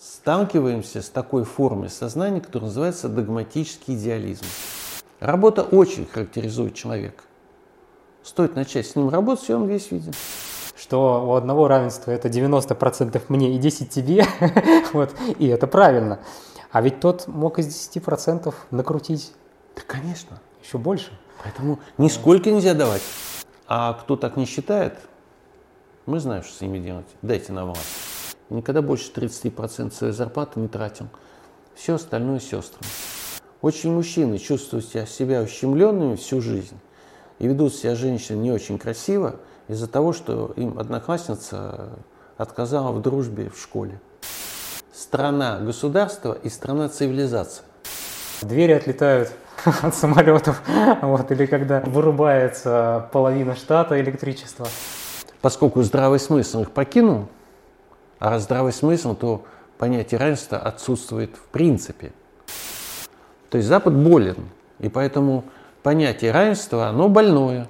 сталкиваемся с такой формой сознания, которая называется догматический идеализм. Работа очень характеризует человека. Стоит начать с ним работать, и он весь виден. Что у одного равенства это 90% мне и 10% тебе, вот, и это правильно. А ведь тот мог из 10% накрутить. Да, конечно. Еще больше. Поэтому нисколько нельзя давать. А кто так не считает, мы знаем, что с ними делать. Дайте нам власть. Никогда больше 30% своей зарплаты не тратил. Все остальное сестрам. Очень мужчины чувствуют себя ущемленными всю жизнь и ведут себя женщины не очень красиво из-за того, что им одноклассница отказала в дружбе в школе. Страна государства и страна цивилизация. Двери отлетают от самолетов, вот, или когда вырубается половина штата электричества. Поскольку здравый смысл их покинул, а раз здравый смысл, то понятие равенства отсутствует в принципе. То есть Запад болен, и поэтому понятие равенства, оно больное.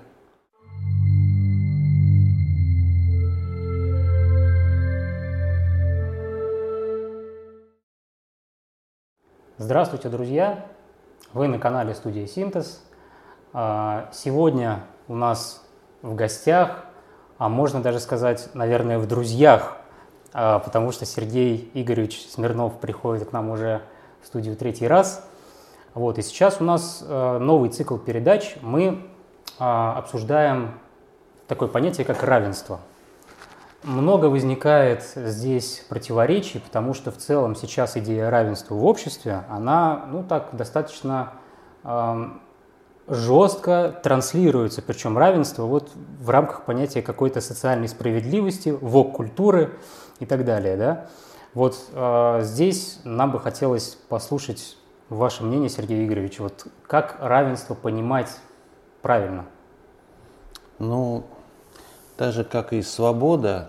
Здравствуйте, друзья! Вы на канале Студия Синтез. Сегодня у нас в гостях, а можно даже сказать, наверное, в друзьях, потому что Сергей Игоревич Смирнов приходит к нам уже в студию третий раз. Вот, и сейчас у нас новый цикл передач. Мы обсуждаем такое понятие, как равенство. Много возникает здесь противоречий, потому что в целом сейчас идея равенства в обществе, она, достаточно жестко транслируется, причем равенство вот в рамках понятия какой-то социальной справедливости, вок-культуры и так далее, да. Вот здесь нам бы хотелось послушать ваше мнение, Сергей Игоревич, вот как равенство понимать правильно? Ну, так же, как и свобода,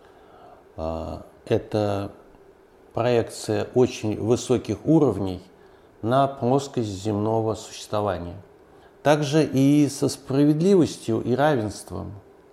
это проекция очень высоких уровней на плоскость земного существования. Также и со справедливостью и равенством.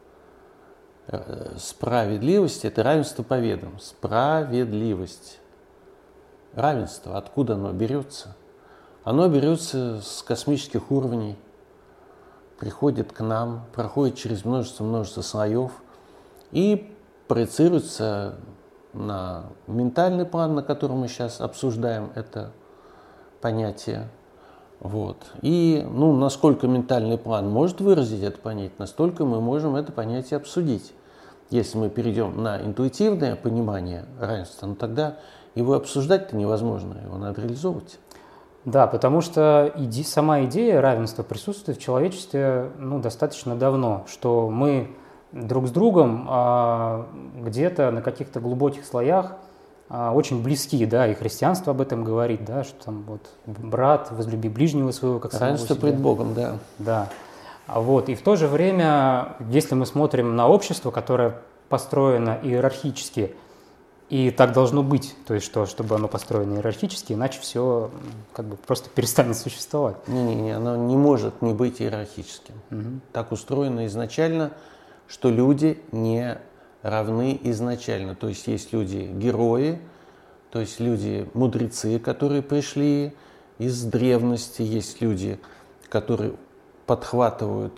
Справедливость – это равенство по ведам. Справедливость. Равенство, откуда оно берется? Оно берется с космических уровней, приходит к нам, проходит через множество слоев и проецируется на ментальный план, на котором мы сейчас обсуждаем это понятие. Вот. И насколько ментальный план может выразить это понятие, настолько мы можем это понятие обсудить. Если мы перейдем на интуитивное понимание равенства, тогда его обсуждать-то невозможно, его надо реализовывать. Да, потому что сама идея равенства присутствует в человечестве достаточно давно, что мы друг с другом где-то на каких-то глубоких слоях очень близки, да, и христианство об этом говорит, да, что там вот брат, возлюби ближнего своего, как самого себя. Равенство пред Богом, да. Да. Вот. И в то же время, если мы смотрим на общество, которое построено иерархически, и так должно быть, то есть, чтобы оно построено иерархически, иначе все просто перестанет существовать. Не, оно не может не быть иерархическим. Угу. Так устроено изначально, что люди не равны изначально. То есть люди-герои, то есть люди-мудрецы, которые пришли из древности, есть люди, которые подхватывают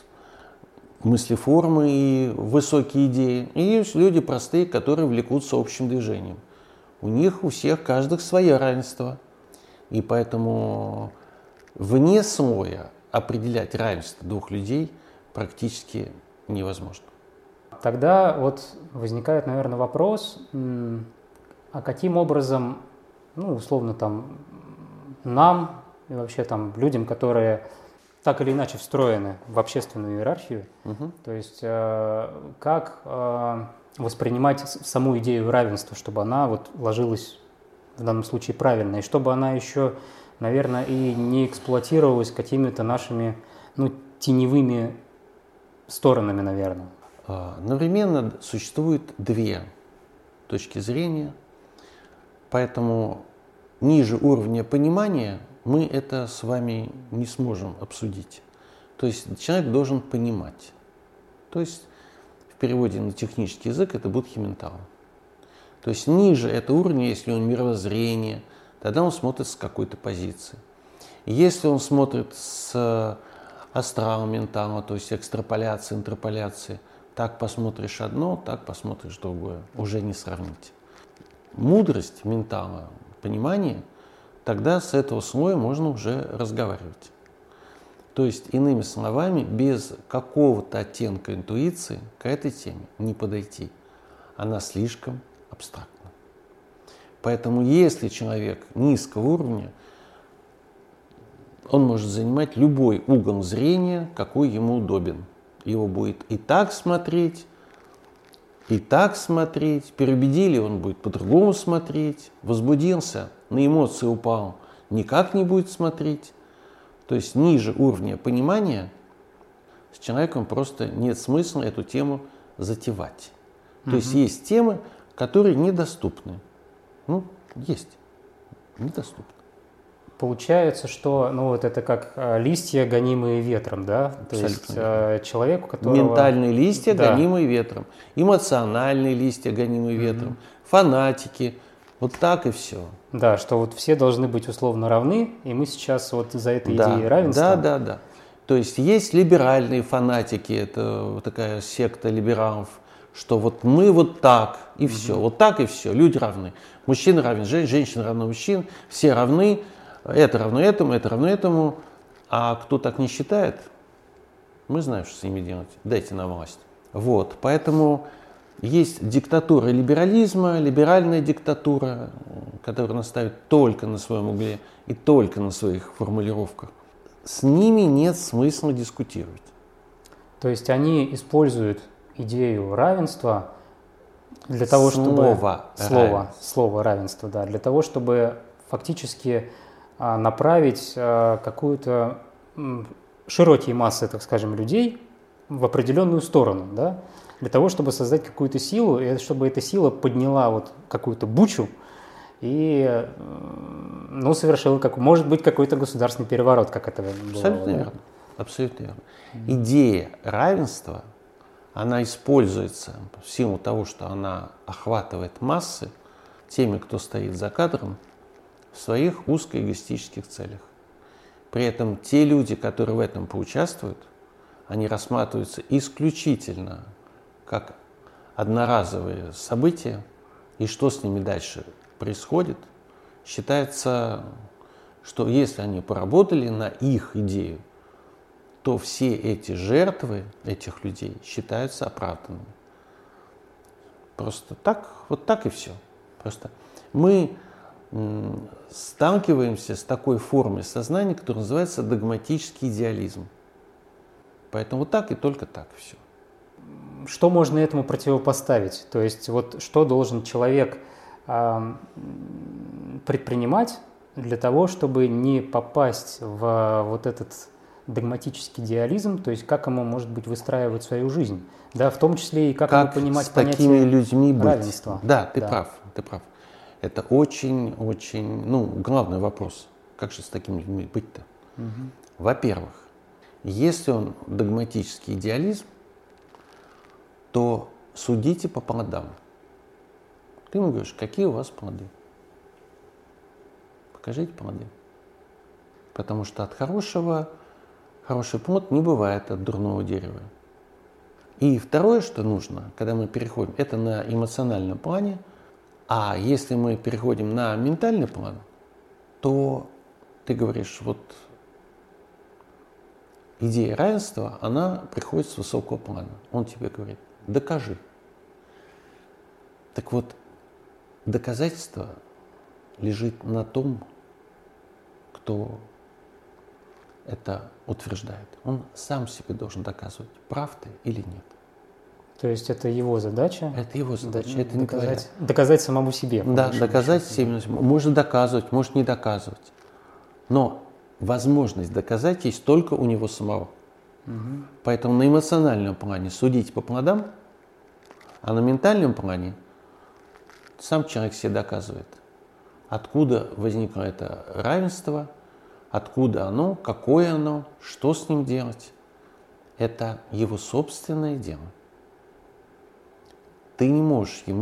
мыслеформы и высокие идеи. И есть люди простые, которые влекутся общим движением. У них у всех, каждых свое равенство. И поэтому вне слоя определять равенство двух людей практически невозможно. Тогда вот возникает, наверное, вопрос, а каким образом, условно, нам и вообще людям, которые так или иначе встроены в общественную иерархию, то есть как воспринимать саму идею равенства, чтобы она ложилась в данном случае правильно, и чтобы она еще, наверное, и не эксплуатировалась какими-то нашими теневыми сторонами, наверное. Одновременно существует две точки зрения, поэтому ниже уровня понимания мы это с вами не сможем обсудить. То есть человек должен понимать. То есть в переводе на технический язык это будхи-ментал. То есть ниже этого уровня, если он мировоззрение, тогда он смотрит с какой-то позиции. Если он смотрит с астрала ментала, то есть экстраполяции, интерполяции, так посмотришь одно, так посмотришь другое. Уже не сравнить. Мудрость ментала, понимание, тогда с этого слоя можно уже разговаривать. То есть, иными словами, без какого-то оттенка интуиции к этой теме не подойти. Она слишком абстрактна. Поэтому если человек низкого уровня, он может занимать любой угол зрения, какой ему удобен. Его будет и так смотреть, переубедили, он будет по-другому смотреть, возбудился, на эмоции упал, никак не будет смотреть. То есть ниже уровня понимания с человеком просто нет смысла эту тему затевать. То есть есть темы, которые недоступны. Ну, есть, недоступны. Получается, что вот это как листья, гонимые ветром, да? То есть человеку, которого... Ментальные листья, гонимые ветром. Эмоциональные листья, гонимые ветром. Фанатики. Вот так и все. Да, что вот все должны быть условно равны, и мы сейчас вот за этой идеей равенства... Да. То есть есть либеральные фанатики, это вот такая секта либералов, что вот мы вот так и все, вот так и все, люди равны. Мужчина равен женщина равна мужчин, все равны, это равно этому, это равно этому. А кто так не считает, мы знаем, что с ними делать, дайте нам власть. Вот, поэтому... Есть диктатура либерализма, либеральная диктатура, которая наставит только на своем угле и только на своих формулировках. С ними нет смысла дискутировать. То есть они используют идею равенства для того, чтобы... Слово равенство, да, для того, чтобы фактически направить какую-то широкие массы, так скажем, людей в определенную сторону, да? Для того, чтобы создать какую-то силу, и чтобы эта сила подняла вот какую-то бучу и совершила, может быть, какой-то государственный переворот, как это было. Абсолютно верно. Абсолютно верно. Идея равенства, она используется в силу того, что она охватывает массы теми, кто стоит за кадром, в своих узкоэгоистических целях. При этом те люди, которые в этом поучаствуют, они рассматриваются исключительно как одноразовые события, и что с ними дальше происходит, считается, что если они поработали на их идею, то все эти жертвы этих людей считаются оправданными. Просто так, вот так и все. Просто мы сталкиваемся с такой формой сознания, которая называется догматический идеализм. Поэтому вот так и только так все. Что можно этому противопоставить? То есть вот что должен человек предпринимать для того, чтобы не попасть в вот этот догматический идеализм, то есть как ему, может быть, выстраивать свою жизнь, да, в том числе и как ему понимать понятие людьми равенства. Быть. Да, ты прав. Это очень, главный вопрос. Как же с такими людьми быть-то? Во-первых, если он догматический идеализм, то судите по плодам. Ты ему говоришь, какие у вас плоды? Покажите плоды. Потому что от хороший плод не бывает от дурного дерева. И второе, что нужно, когда мы переходим, это на эмоциональном плане. А если мы переходим на ментальный план, то ты говоришь, вот идея равенства, она приходит с высокого плана. Он тебе говорит, докажи. Так вот, доказательство лежит на том, кто это утверждает. Он сам себе должен доказывать, прав ты или нет. То есть это его задача? Это его задача, это не твоя. Доказать самому себе. Да, доказать себе. Можно доказывать, может не доказывать. Но возможность доказать есть только у него самого. Поэтому на эмоциональном плане судить по плодам, а на ментальном плане сам человек себе доказывает, откуда возникло это равенство, откуда оно, какое оно, что с ним делать. Это его собственное дело. Ты не можешь ему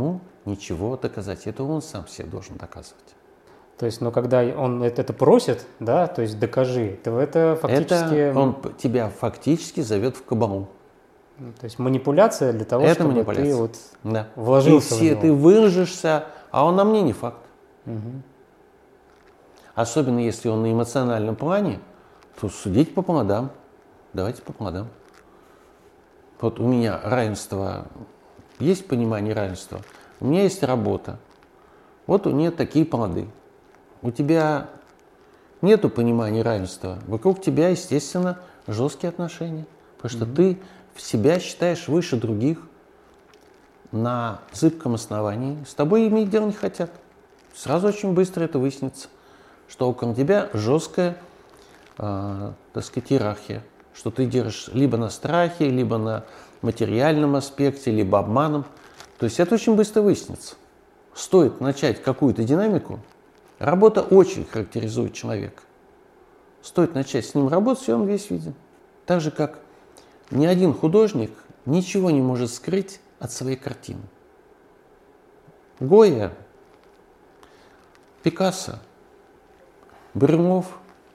ничего доказать. Это он сам себе должен доказывать. То есть, но когда он это просит, да, то есть докажи, то это фактически... Это он тебя фактически зовет в кабалу. То есть манипуляция для того, это чтобы манипуляция. ты вот Да. вложился в него. Ты выложишься, а он на мне не факт. Угу. Особенно если он на эмоциональном плане, то судить по плодам. Давайте по плодам. Вот у меня равенство, есть понимание равенства, у меня есть работа. Вот у нее такие плоды. У тебя нету понимания равенства. Вокруг тебя, естественно, жесткие отношения. Потому что ты себя считаешь выше других на зыбком основании. С тобой иметь дело не хотят. Сразу очень быстро это выяснится, что около тебя жесткая, так сказать, иерархия. Что ты держишь либо на страхе, либо на материальном аспекте, либо обманом. То есть это очень быстро выяснится. Стоит начать какую-то динамику, работа очень характеризует человека. Стоит начать с ним работать, и он весь виден. Так же, как ни один художник ничего не может скрыть от своей картины. Гойя, Пикассо, Брюлов.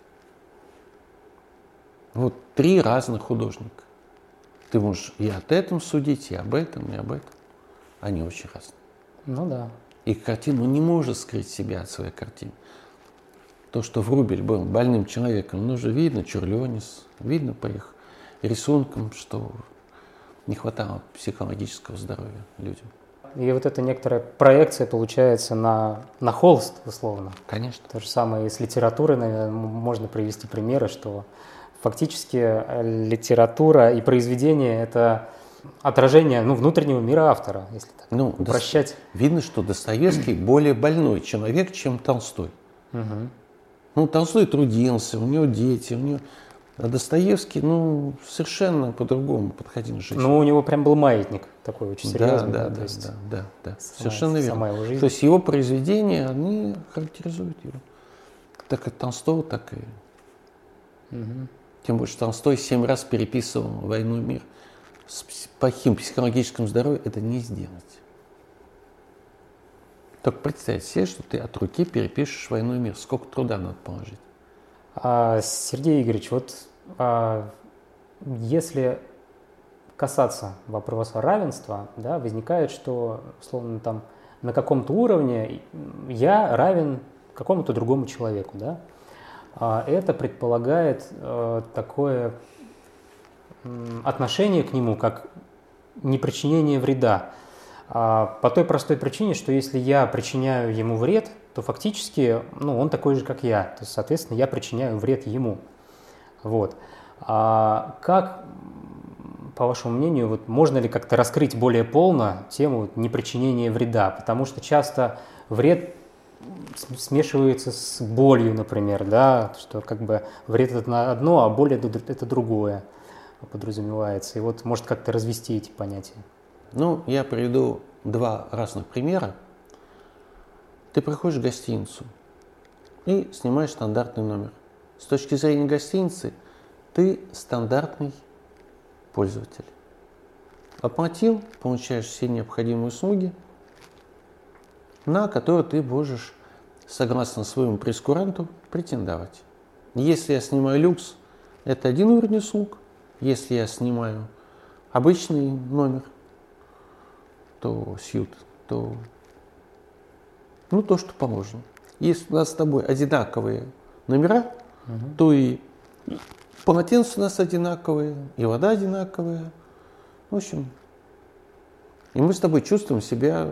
Вот 3 разных художника. Ты можешь и от этого судить, и об этом, и об этом. Они очень разные. Ну да. Их картина не может скрыть себя от своей картины. То, что Врубель был больным человеком, ну же видно, Чурлёнис, видно по их рисункам, что не хватало психологического здоровья людям. И вот эта некоторая проекция получается на холст, условно. Конечно. То же самое и с литературой, наверное, можно привести примеры, что фактически литература и произведение – это отражение внутреннего мира автора, если так упрощать. Видно, что Достоевский более больной человек, чем Толстой. Угу. Толстой трудился, у него дети, а Достоевский, совершенно по-другому подходил к жизни. У него прям был маятник такой очень серьезный. Да. Совершенно верно. Сама его жизнь. То есть его произведения, они характеризуют его. Так от Толстого, так и... Угу. Тем больше Толстой 7 раз переписывал «Войну и мир». С плохим психологическим здоровьем это не сделать. Только представь себе, что ты от руки перепишешь «Войну и мир». Сколько труда надо положить. Сергей Игоревич, вот если касаться вопроса равенства, да, возникает, что, условно, там на каком-то уровне я равен какому-то другому человеку, да? Это предполагает такое отношение к нему, как непричинение вреда. По той простой причине, что если я причиняю ему вред, то фактически он такой же, как я. То есть, соответственно, я причиняю вред ему. Вот. Как, по вашему мнению, можно ли как-то раскрыть более полно тему непричинения вреда? Потому что часто вред смешивается с болью, например, да, что как бы вред это одно, а боль это другое подразумевается. И может как-то развести эти понятия. Я приведу 2 разных примера. Ты приходишь в гостиницу и снимаешь стандартный номер. С точки зрения гостиницы ты стандартный пользователь. Оплатил, получаешь все необходимые услуги, на которые ты можешь, согласно своему прейскуранту, претендовать. Если я снимаю люкс, это один уровень услуг. Если я снимаю обычный номер, то сьют, то то, что положено. Если у нас с тобой одинаковые номера, то и полотенца у нас одинаковые, и вода одинаковая. В общем, и мы с тобой чувствуем себя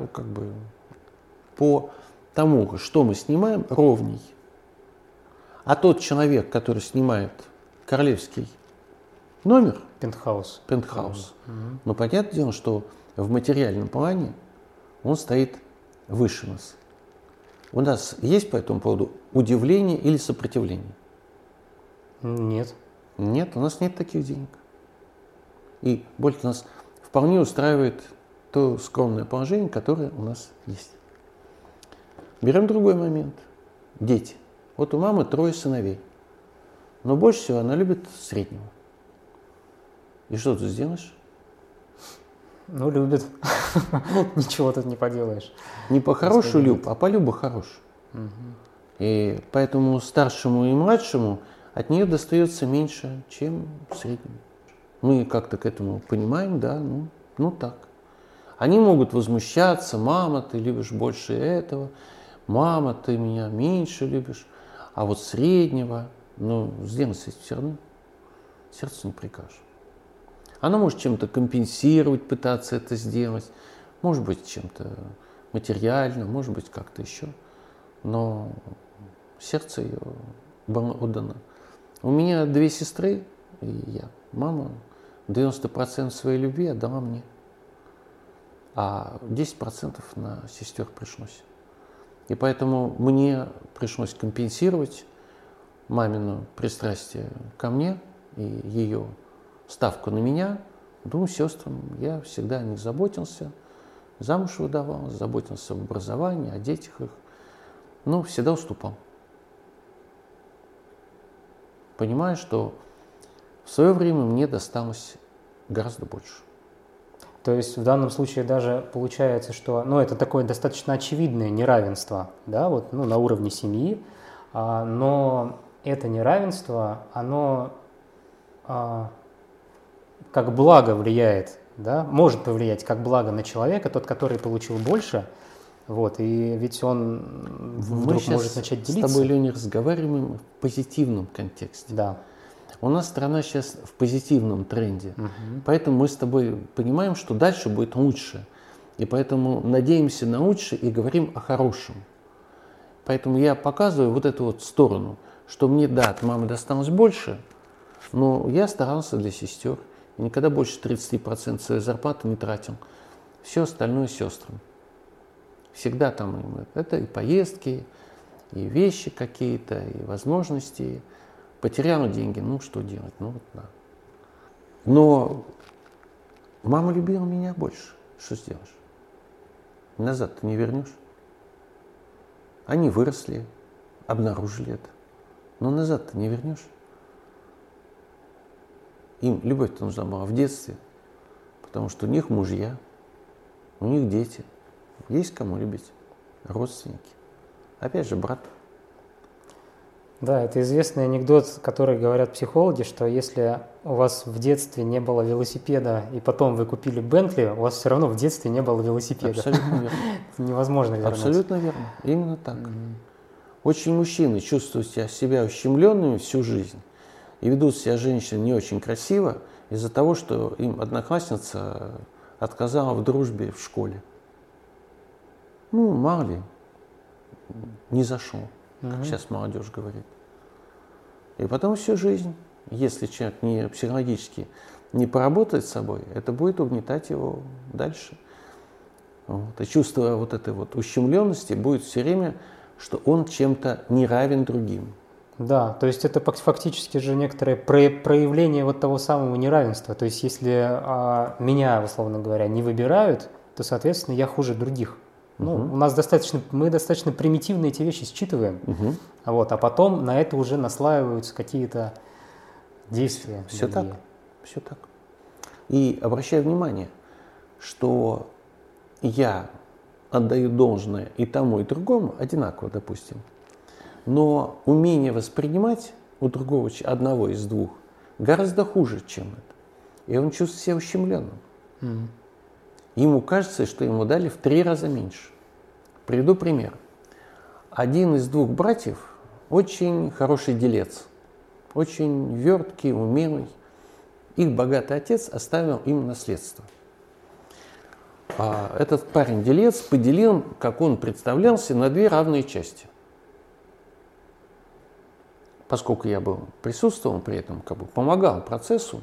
по тому, что мы снимаем, ровней. А тот человек, который снимает королевский номер, пентхаус. Понятное дело, что в материальном плане он стоит выше нас. У нас есть по этому поводу удивление или сопротивление? Нет. Нет, у нас нет таких денег. И больше нас вполне устраивает то скромное положение, которое у нас есть. Берем другой момент. Дети. Вот у мамы 3 сыновей. Но больше всего она любит среднего. И что ты сделаешь? Ну, любит. Ничего тут не поделаешь. Не по-хорошему люб, а по-любу хорош. И поэтому старшему и младшему от нее достается меньше, чем среднему. Мы как-то к этому понимаем, да, ну так. Они могут возмущаться: мама, ты любишь больше этого, мама, ты меня меньше любишь, а вот среднего, сделать все равно сердцу не прикажешь. Она может чем-то компенсировать, пытаться это сделать, может быть, чем-то материально, может быть, как-то еще, но сердце ее отдано. У меня 2 сестры и я. Мама 90% своей любви отдала мне, а 10% на сестер пришлось. И поэтому мне пришлось компенсировать мамину пристрастие ко мне и ее ставку на меня. 2 сестрам я всегда о них заботился, замуж выдавал, заботился об образовании, о детях их, но всегда уступал. Понимая, что в свое время мне досталось гораздо больше. То есть в данном случае даже получается, что это такое достаточно очевидное неравенство, да, вот, на уровне семьи, но это неравенство, оно как благо влияет, да, может повлиять как благо на человека, тот, который получил больше, вот, и ведь он вдруг может начать делиться. Мы с тобой, Леня, разговариваем в позитивном контексте. Да. У нас страна сейчас в позитивном тренде, поэтому мы с тобой понимаем, что дальше будет лучше, и поэтому надеемся на лучшее и говорим о хорошем. Поэтому я показываю вот эту вот сторону, что мне, да, от мамы досталось больше, но я старался для сестер, и никогда больше 30% своей зарплаты не тратил. Все остальное сестрам. Всегда там им это и поездки, и вещи какие-то, и возможности. Потеряла деньги, что делать? Вот да. Но мама любила меня больше. Что сделаешь? Назад ты не вернешь. Они выросли, обнаружили это. Но назад ты не вернешь. Им любовь-то нужна была в детстве, потому что у них мужья, у них дети. Есть кому любить. Родственники. Опять же, брат. Да, это известный анекдот, который говорят психологи, что если у вас в детстве не было велосипеда, и потом вы купили Бентли, у вас все равно в детстве не было велосипеда. Абсолютно верно. Это невозможно вернуть. Абсолютно верно. Именно так. Очень мужчины чувствуют себя ущемленными всю жизнь и ведут себя женщины не очень красиво из-за того, что им одноклассница отказала в дружбе в школе. Мало ли, не зашел, как сейчас молодежь говорит. И потом всю жизнь, если человек не психологически не поработает с собой, это будет угнетать его дальше. И чувство вот этой вот ущемленности будет все время, что он чем-то не равен другим. Да, то есть это фактически же некоторое проявление вот того самого неравенства. То есть если меня, условно говоря, не выбирают, то, соответственно, я хуже других. У нас мы достаточно примитивно эти вещи считываем, а потом на это уже наслаиваются какие-то действия. Все так. И обращаю внимание, что я отдаю должное и тому, и другому одинаково, допустим, но умение воспринимать у другого, одного из двух, гораздо хуже, чем это. И он чувствует себя ущемленным. Ему кажется, что ему дали в 3 раза меньше. Приведу пример. Один из 2 братьев очень хороший делец, очень верткий, умелый. Их богатый отец оставил им наследство. Этот парень-делец поделил, как он представлялся, на 2 равные части. Поскольку я присутствовал при этом, помогал процессу,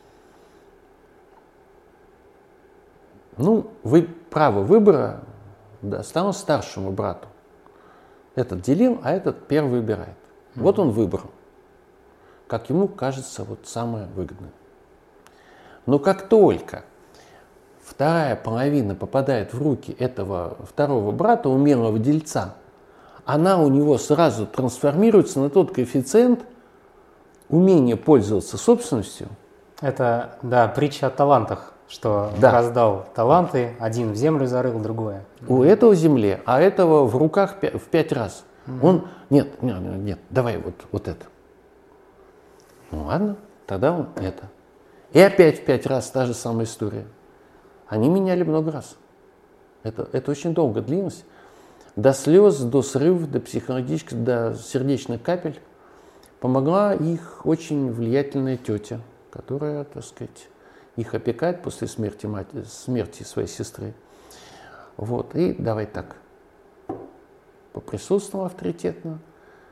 право выбора досталось старшему брату. Этот делил, а этот первый выбирает. Вот он выбрал, как ему кажется, самое выгодное. Но как только вторая половина попадает в руки этого второго брата, умелого дельца, она у него сразу трансформируется на тот коэффициент умения пользоваться собственностью. Это, да, притча о талантах. что Да. раздал таланты, один в землю зарыл, другое. У этого земле, а этого в руках в 5 раз. Он, нет, давай вот это. Ну ладно, тогда он это. И опять в 5 раз та же самая история. Они меняли много раз. Это очень долго длилось. До слез, до срывов, до психологических, до сердечных капель помогла их очень влиятельная тетя, которая, так сказать, их опекает после смерти своей сестры. Вот, и давай так. Поприсутствовал авторитетно.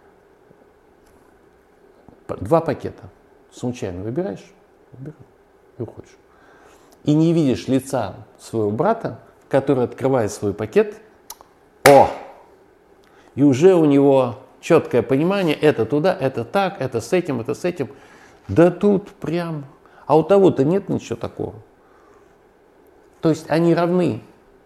2 пакета. Случайно выбираешь и уходишь. И не видишь лица своего брата, который открывает свой пакет. И уже у него четкое понимание, это туда, это так, это с этим, это с этим. Да тут прям. А у того-то нет ничего такого. То есть они равны.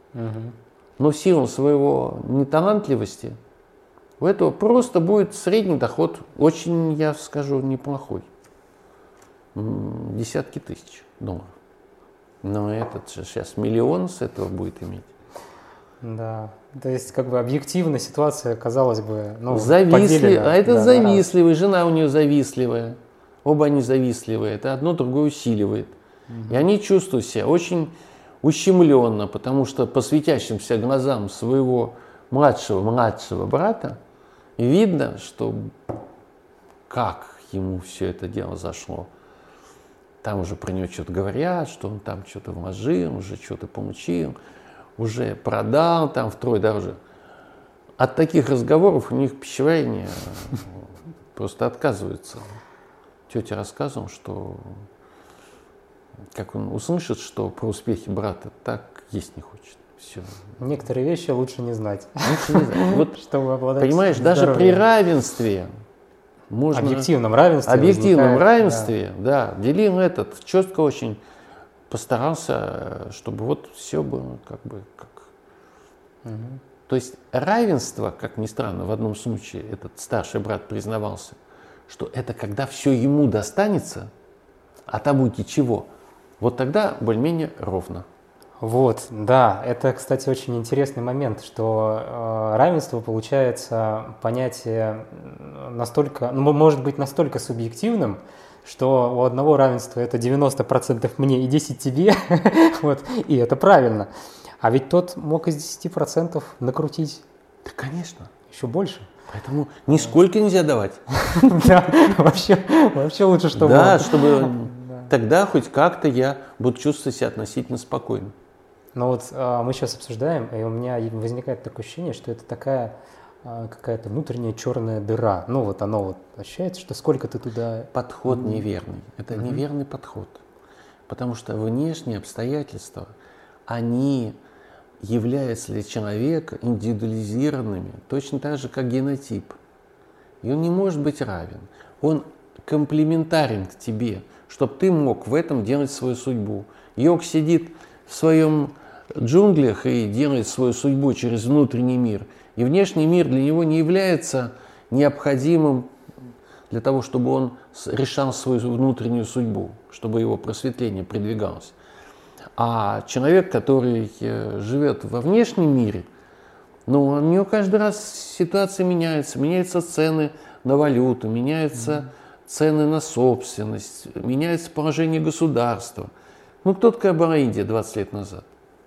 Но в силу своего неталантливости у этого просто будет средний доход, очень, я скажу, неплохой. Десятки тысяч $. Но этот же сейчас миллион с этого будет иметь. Да, то есть как бы объективно ситуация, казалось бы, завистливый, а это да, завистливый, жена у нее завистливая, оба они завистливые, это одно другое усиливает. И они чувствуют себя очень ущемленно, потому что по светящимся глазам своего младшего брата видно, что как ему все это дело зашло. Там уже про него что-то говорят, что он там что-то вложил, уже что-то получил, уже продал, там втрое дороже. От таких разговоров у них пищеварение просто отказывается. Тетя рассказывала, что как он услышит, что про успехи брата, так есть не хочет. Все. Некоторые вещи лучше не знать. Лучше не знать. Вот, чтобы обладать понимаешь, даже при равенстве можно... Объективном равенстве. Объективном равенстве, да, делил этот, четко очень постарался, чтобы вот все было как бы как. То есть равенство, как ни странно, в одном случае этот старший брат признавался, что это когда все ему достанется, а тому-то чего, вот тогда более-менее ровно. Вот, да, это, кстати, очень интересный момент, что равенство, получается, понятие настолько, может быть настолько субъективным, что у одного равенства это 90% мне и 10% тебе, вот, и это правильно. А ведь тот мог из 10% накрутить. Да, конечно. Еще больше. Поэтому нисколько нельзя давать. Да, вообще лучше, чтобы... Да, чтобы тогда хоть как-то я буду чувствовать себя относительно спокойно. Но вот мы сейчас обсуждаем, и у меня возникает такое ощущение, что это такая какая-то внутренняя черная дыра. Ну вот оно вот ощущается, что сколько ты туда... Подход неверный. Это неверный подход. Потому что внешние обстоятельства, они являются для человека индивидуализированными, точно так же, как генотип. И он не может быть равен. Он комплементарен к тебе, чтобы ты мог в этом делать свою судьбу. Йог сидит в своем джунглях и делает свою судьбу через внутренний мир. И внешний мир для него не является необходимым для того, чтобы он решал свою внутреннюю судьбу, чтобы его просветление продвигалось. А человек, который живет во внешнем мире, ну, у него каждый раз ситуация меняются цены на валюту, меняются цены на собственность, меняется положение государства. Ну, кто такая была Индия 20 лет назад?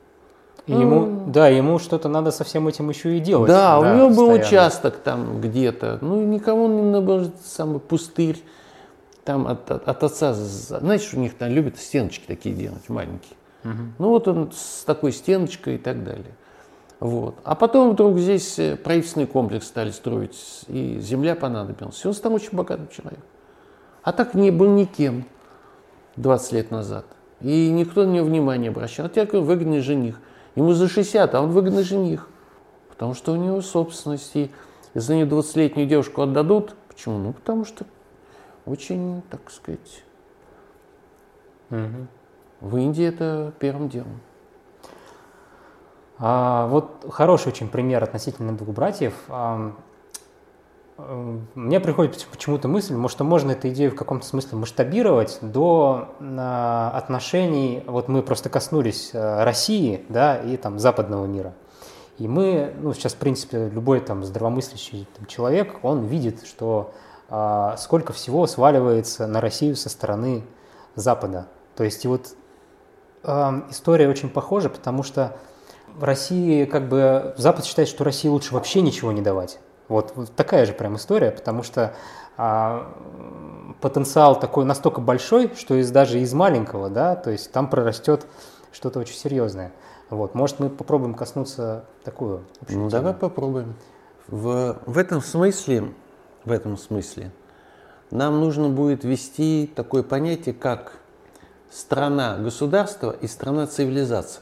И ему что-то надо со всем этим еще и делать. Да, у него был постоянно. участок там где-то, ну, никого не надо, самый пустырь, там от отца, знаешь, у них там любят стеночки такие делать, маленькие. Ну, вот он с такой стеночкой и так далее. Вот. А потом вдруг здесь правительственный комплекс стали строить, и земля понадобилась. И он стал очень богатым человеком. А так не был никем 20 лет назад. И никто на него внимания не обращал. А теперь выгодный жених. Ему за 60, а он выгодный жених. Потому что у него собственность. И за нее 20-летнюю девушку отдадут. Почему? Ну, потому что очень, так сказать, в Индии это первым делом. Вот хороший очень пример относительно двух братьев. мне приходит почему-то мысль, может, можно эту идею в каком-то смысле масштабировать до отношений, вот мы просто коснулись России, да, и там западного мира. И мы, сейчас, в принципе, любой там здравомыслящий человек, он видит, что сколько всего сваливается на Россию со стороны Запада. То есть и вот история очень похожа, потому что в России Запад считает, что России лучше вообще ничего не давать. Вот такая же прям история, потому что потенциал такой настолько большой, что даже из маленького, да, то есть там прорастет что-то очень серьезное. Вот, может, мы попробуем коснуться такую общую тему. Давай попробуем. В этом смысле нам нужно будет ввести такое понятие, как страна-государство и страна-цивилизация.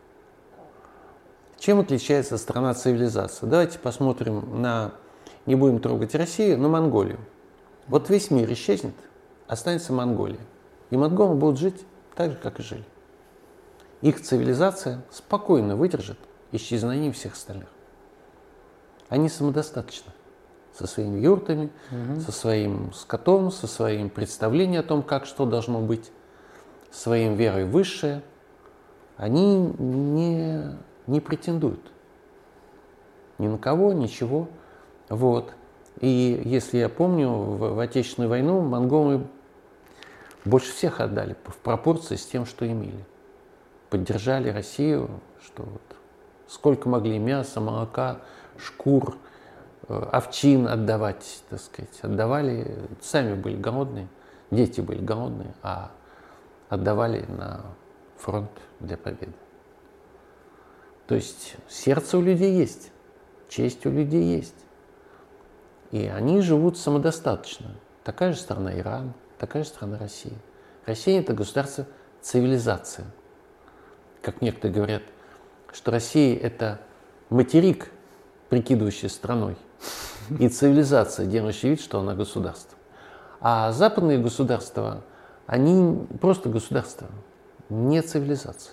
Чем отличается страна-цивилизация? Давайте посмотрим не будем трогать Россию, на Монголию. Вот весь мир исчезнет, останется Монголия. И монголы будут жить так же, как и жили. Их цивилизация спокойно выдержит исчезновение всех остальных. Они самодостаточны со своими юртами, со своим скотом, со своим представлением о том, как что должно быть, своим верой в высшее. Они не претендуют ни на кого, ничего. Вот. И если я помню, в Отечественную войну монголы больше всех отдали в пропорции с тем, что имели. Поддержали Россию, что вот сколько могли мяса, молока, шкур, овчин отдавать, так сказать. Отдавали, сами были голодные, дети были голодные, а отдавали на фронт для победы. То есть сердце у людей есть, честь у людей есть. И они живут самодостаточно. Такая же страна Иран, такая же страна Россия. Россия – это государство-цивилизация. Как некоторые говорят, что Россия – это материк, прикидывающий страной, и цивилизация, делающая вид, что она государство. А западные государства, они просто государства, не цивилизация.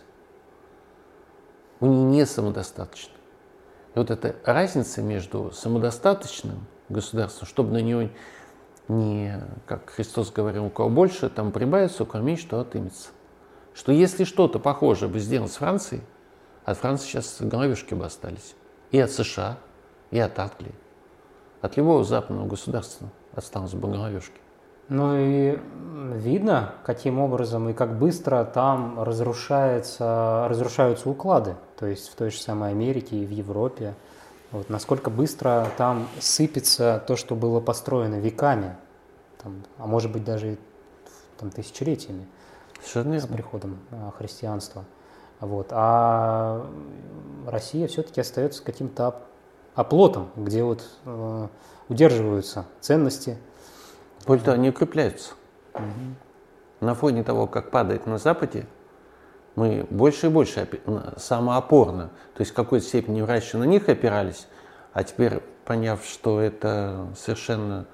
У них не самодостаточно. И вот эта разница между самодостаточным государством, чтобы на него не, как Христос говорил, у кого больше, там прибавится, у кого меньше, то отымется. Что если что-то похожее бы сделать с Францией, от Франции сейчас головешки бы остались. И от США, и от Англии. От любого западного государства осталось бы головешки. Ну и видно, каким образом и как быстро там разрушаются уклады. То есть в той же самой Америке и в Европе. Вот, насколько быстро там сыпется то, что было построено веками, там, а может быть даже тысячелетиями с приходом христианства. Вот. А Россия все-таки остается каким-то оплотом, где удерживаются ценности. Более того, они укрепляются. На фоне того, как падает на Западе, мы больше и больше самоопорно, то есть в какой-то степени раньше на них опирались, а теперь, поняв, что это совершенно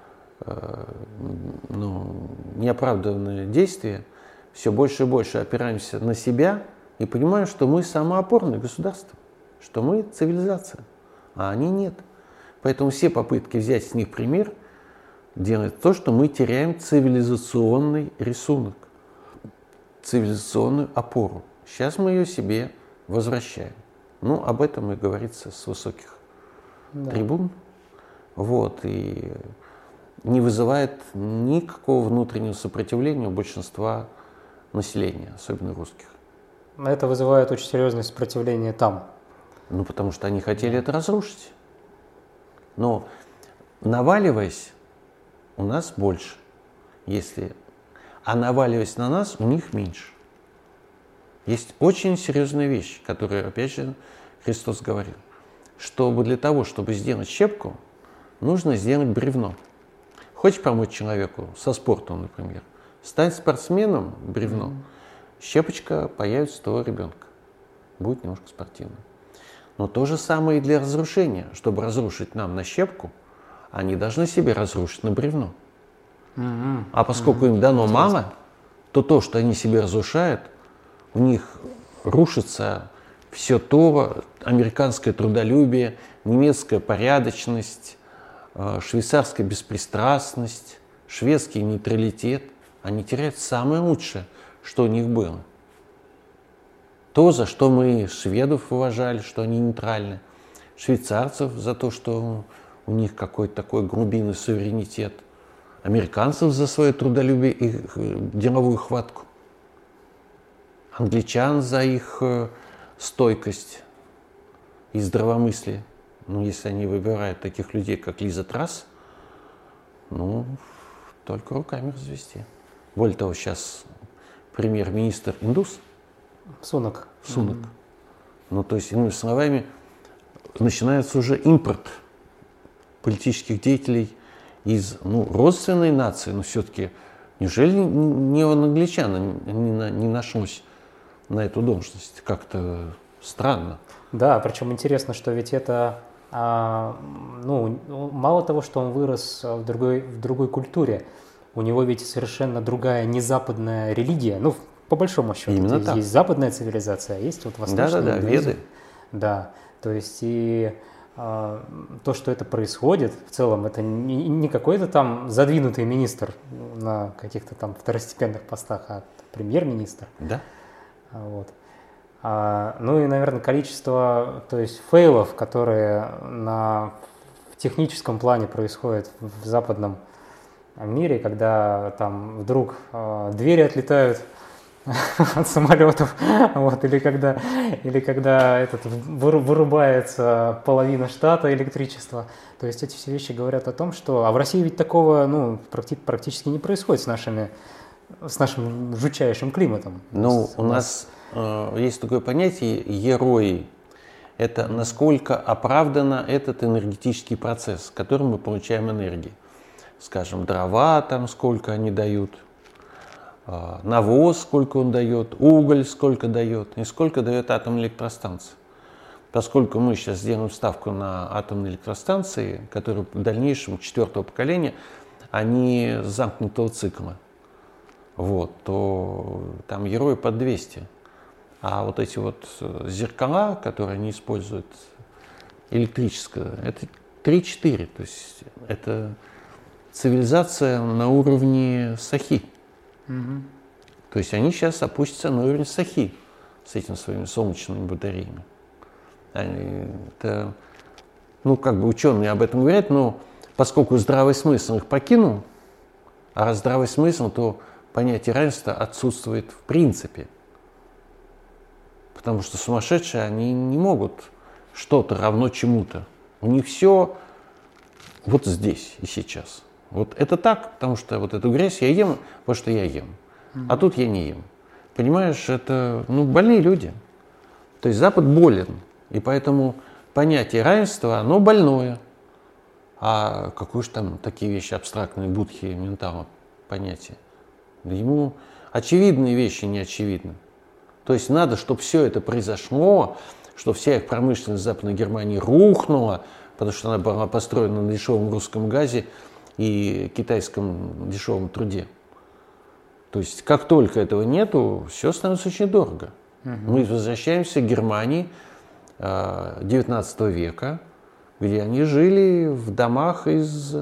неоправданное действие, все больше и больше опираемся на себя и понимаем, что мы самоопорное государство, что мы цивилизация, а они нет. Поэтому все попытки взять с них пример делают то, что мы теряем цивилизационный рисунок, цивилизационную опору. Сейчас мы ее себе возвращаем. Об этом и говорится с высоких трибун. Вот, и не вызывает никакого внутреннего сопротивления у большинства населения, особенно русских. Это вызывает очень серьезное сопротивление там. Потому что они хотели это разрушить. Но наваливаясь, у нас больше. А наваливаясь на нас, у них меньше. Есть очень серьезная вещь, которую, опять же, Христос говорил. Для того, чтобы сделать щепку, нужно сделать бревно. Хочешь помочь человеку со спортом, например, стань спортсменом, бревно, щепочка появится у твоего ребенка. Будет немножко спортивным. Но то же самое и для разрушения. Чтобы разрушить нам на щепку, они должны себе разрушить на бревно. А поскольку им дано мало, то, что они себе разрушают, у них рушится все то, американское трудолюбие, немецкая порядочность, швейцарская беспристрастность, шведский нейтралитет, они теряют самое лучшее, что у них было. То, за что мы шведов уважали, что они нейтральны, швейцарцев за то, что у них какой-то такой глубинный суверенитет, американцев за свое трудолюбие и деловую хватку, англичан за их стойкость и здравомыслие. Ну, если они выбирают таких людей, как Лиза Трасс, ну, только руками развести. Более того, сейчас премьер-министр индус. Сунак. Сунак. Ну, то есть, иными словами, начинается уже импорт политических деятелей из родственной нации, но все-таки неужели не у англичан не нашлось на эту должность? Как-то странно. Да, причем интересно, что ведь это, мало того, что он вырос в другой культуре, у него ведь совершенно другая незападная религия, ну, по большому счету. Именно так. Есть западная цивилизация, а есть вот восточная. Да, Веды. Да, то есть и то, что это происходит, в целом, это не какой-то там задвинутый министр на каких-то там второстепенных постах, а премьер-министр. Да. Вот. Ну и, наверное, количество, то есть фейлов, которые в техническом плане происходят в западном мире, когда там вдруг двери отлетают от самолетов, вот, или когда вырубается половина штата электричества. То есть эти все вещи говорят о том, что... А в России ведь такого практически не происходит с нашим жутчайшим климатом. Ну, у нас есть такое понятие герои. Это насколько оправданно этот энергетический процесс, которым мы получаем энергию. Скажем, дрова там сколько они дают, навоз сколько он дает, уголь сколько дает и сколько дает атомная электростанция. Поскольку мы сейчас сделаем ставку на атомные электростанции, которые в дальнейшем 4-го поколения, они замкнутого цикла, вот, то там герои под 200. А вот эти вот зеркала, которые они используют, электрическое, это 3-4. То есть это цивилизация на уровне Сахи. Угу. То есть они сейчас опустятся на уровень Сахи с этими своими солнечными батареями. Это, ученые об этом говорят, но поскольку здравый смысл их покинул, а раз здравый смысл, то понятие равенства отсутствует в принципе. Потому что сумасшедшие, они не могут что-то равно чему-то. У них все вот здесь и сейчас. Вот это так, потому что вот эту грязь я ем, потому что я ем. А тут я не ем. Понимаешь, это больные люди. То есть Запад болен. И поэтому понятие равенства, оно больное. А какие же там такие вещи абстрактные, будхи, ментала понятия? Ему очевидные вещи не очевидны. То есть надо, чтобы все это произошло, чтобы вся их промышленность Западной Германии рухнула, потому что она была построена на дешевом русском газе и китайском дешевом труде. То есть как только этого нету, все становится очень дорого. Мы возвращаемся к Германии XIX века, где они жили в домах из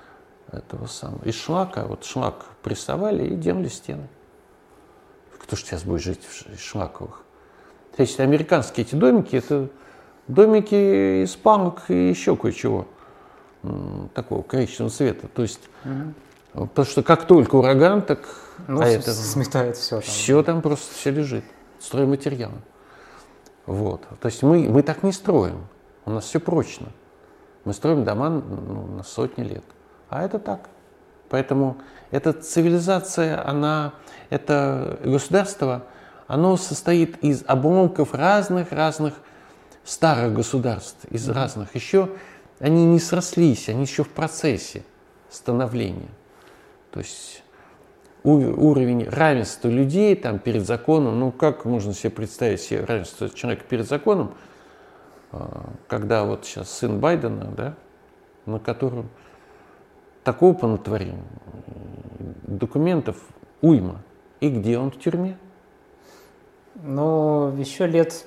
шлака. Вот шлак прессовали и делали стены. Кто же сейчас будет жить в шлаковых? То есть американские эти домики, это домики из палок и еще кое-чего такого коричневого цвета. То есть, потому что как только ураган, так сметает все. Все там просто все лежит. Стройматериалы. Вот. То есть мы так не строим. У нас все прочно. Мы строим дома на сотни лет. А это так. Поэтому эта цивилизация, это государство, оно состоит из обломков разных старых государств, из разных. Еще они не срослись, они еще в процессе становления. То есть уровень равенства людей там, перед законом, как можно себе представить себе равенство человека перед законом, когда вот сейчас сын Байдена, да, на котором такого понатворил, документов уйма. И где он в тюрьме? Ну, еще лет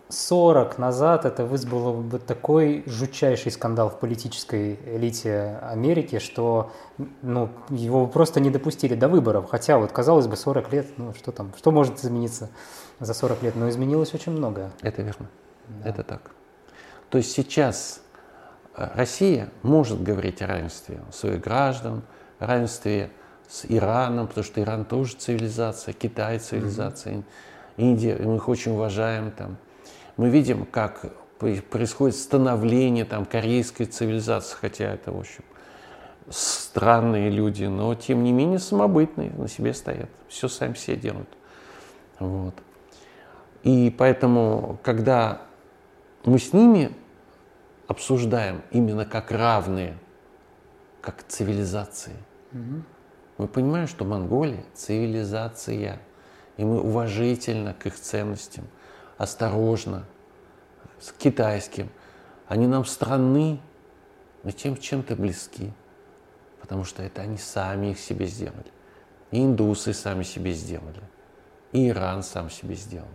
40 назад это вызвало бы такой жутчайший скандал в политической элите Америки, что его просто не допустили до выборов. Хотя, вот, казалось бы, 40 лет, что там, что может измениться за 40 лет? Но изменилось очень многое. Это верно. Да. Это так. То есть сейчас Россия может говорить о равенстве своих граждан, равенстве с Ираном, потому что Иран тоже цивилизация, Китай цивилизация, Индия, мы их очень уважаем там. Мы видим, как происходит становление там корейской цивилизации, хотя это, в общем, странные люди, но тем не менее самобытные, на себе стоят, все сами себе делают. Вот. И поэтому, когда мы с ними обсуждаем именно как равные, как цивилизации, мы понимаем, что Монголия – цивилизация, и мы уважительно к их ценностям, осторожно, с китайским. Они нам странны, но чем-то близки, потому что это они сами их себе сделали. И индусы сами себе сделали, и Иран сам себе сделал.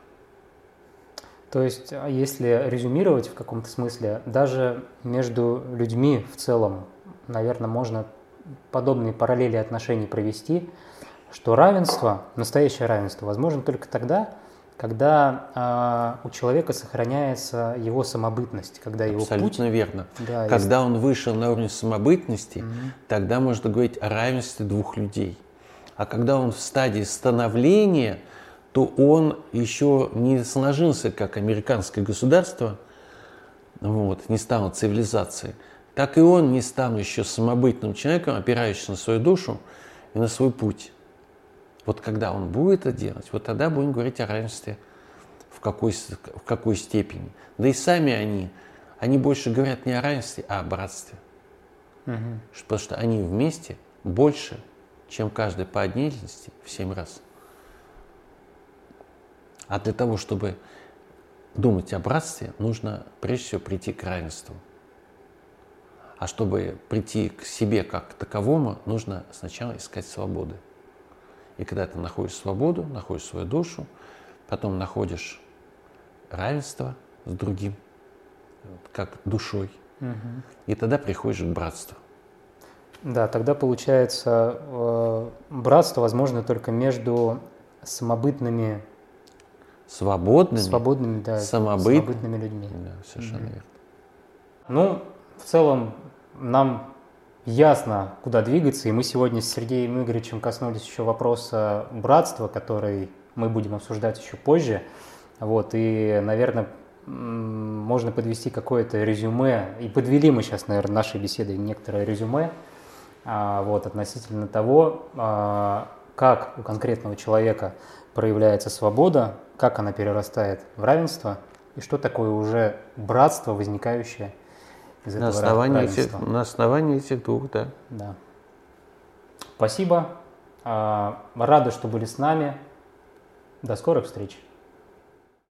То есть, если резюмировать в каком-то смысле, даже между людьми в целом, наверное, можно подобные параллели отношений провести, что равенство, настоящее равенство, возможно только тогда, когда у человека сохраняется его самобытность, когда его Абсолютно путь... верно. Да, когда он вышел на уровень самобытности, тогда можно говорить о равенстве двух людей. А когда он в стадии становления, то он еще не сложился как американское государство, не стал цивилизацией, так и он не стал еще самобытным человеком, опирающимся на свою душу и на свой путь. Вот когда он будет это делать, вот тогда будем говорить о равенстве в какой степени. Да и сами они больше говорят не о равенстве, а о братстве. Потому что они вместе больше, чем каждый по отдельности в 7 раз. А для того, чтобы думать о братстве, нужно прежде всего прийти к равенству. А чтобы прийти к себе как к таковому, нужно сначала искать свободы. И когда ты находишь свободу, находишь свою душу, потом находишь равенство с другим, как душой, и тогда приходишь к братству. Да, тогда получается братство возможно только между самобытными, свободными, да, самобытными людьми. Да, совершенно верно. Ну, в целом, нам ясно, куда двигаться, и мы сегодня с Сергеем Игоревичем коснулись еще вопроса братства, который мы будем обсуждать еще позже. И, наверное, можно подвести какое-то резюме, и подвели мы сейчас, наверное, нашей беседой некоторое резюме относительно того, как у конкретного человека проявляется свобода, как она перерастает в равенство, и что такое уже братство, возникающее из этого равенства. На основании этих двух, да. Да. Спасибо. Рады, что были с нами. До скорых встреч.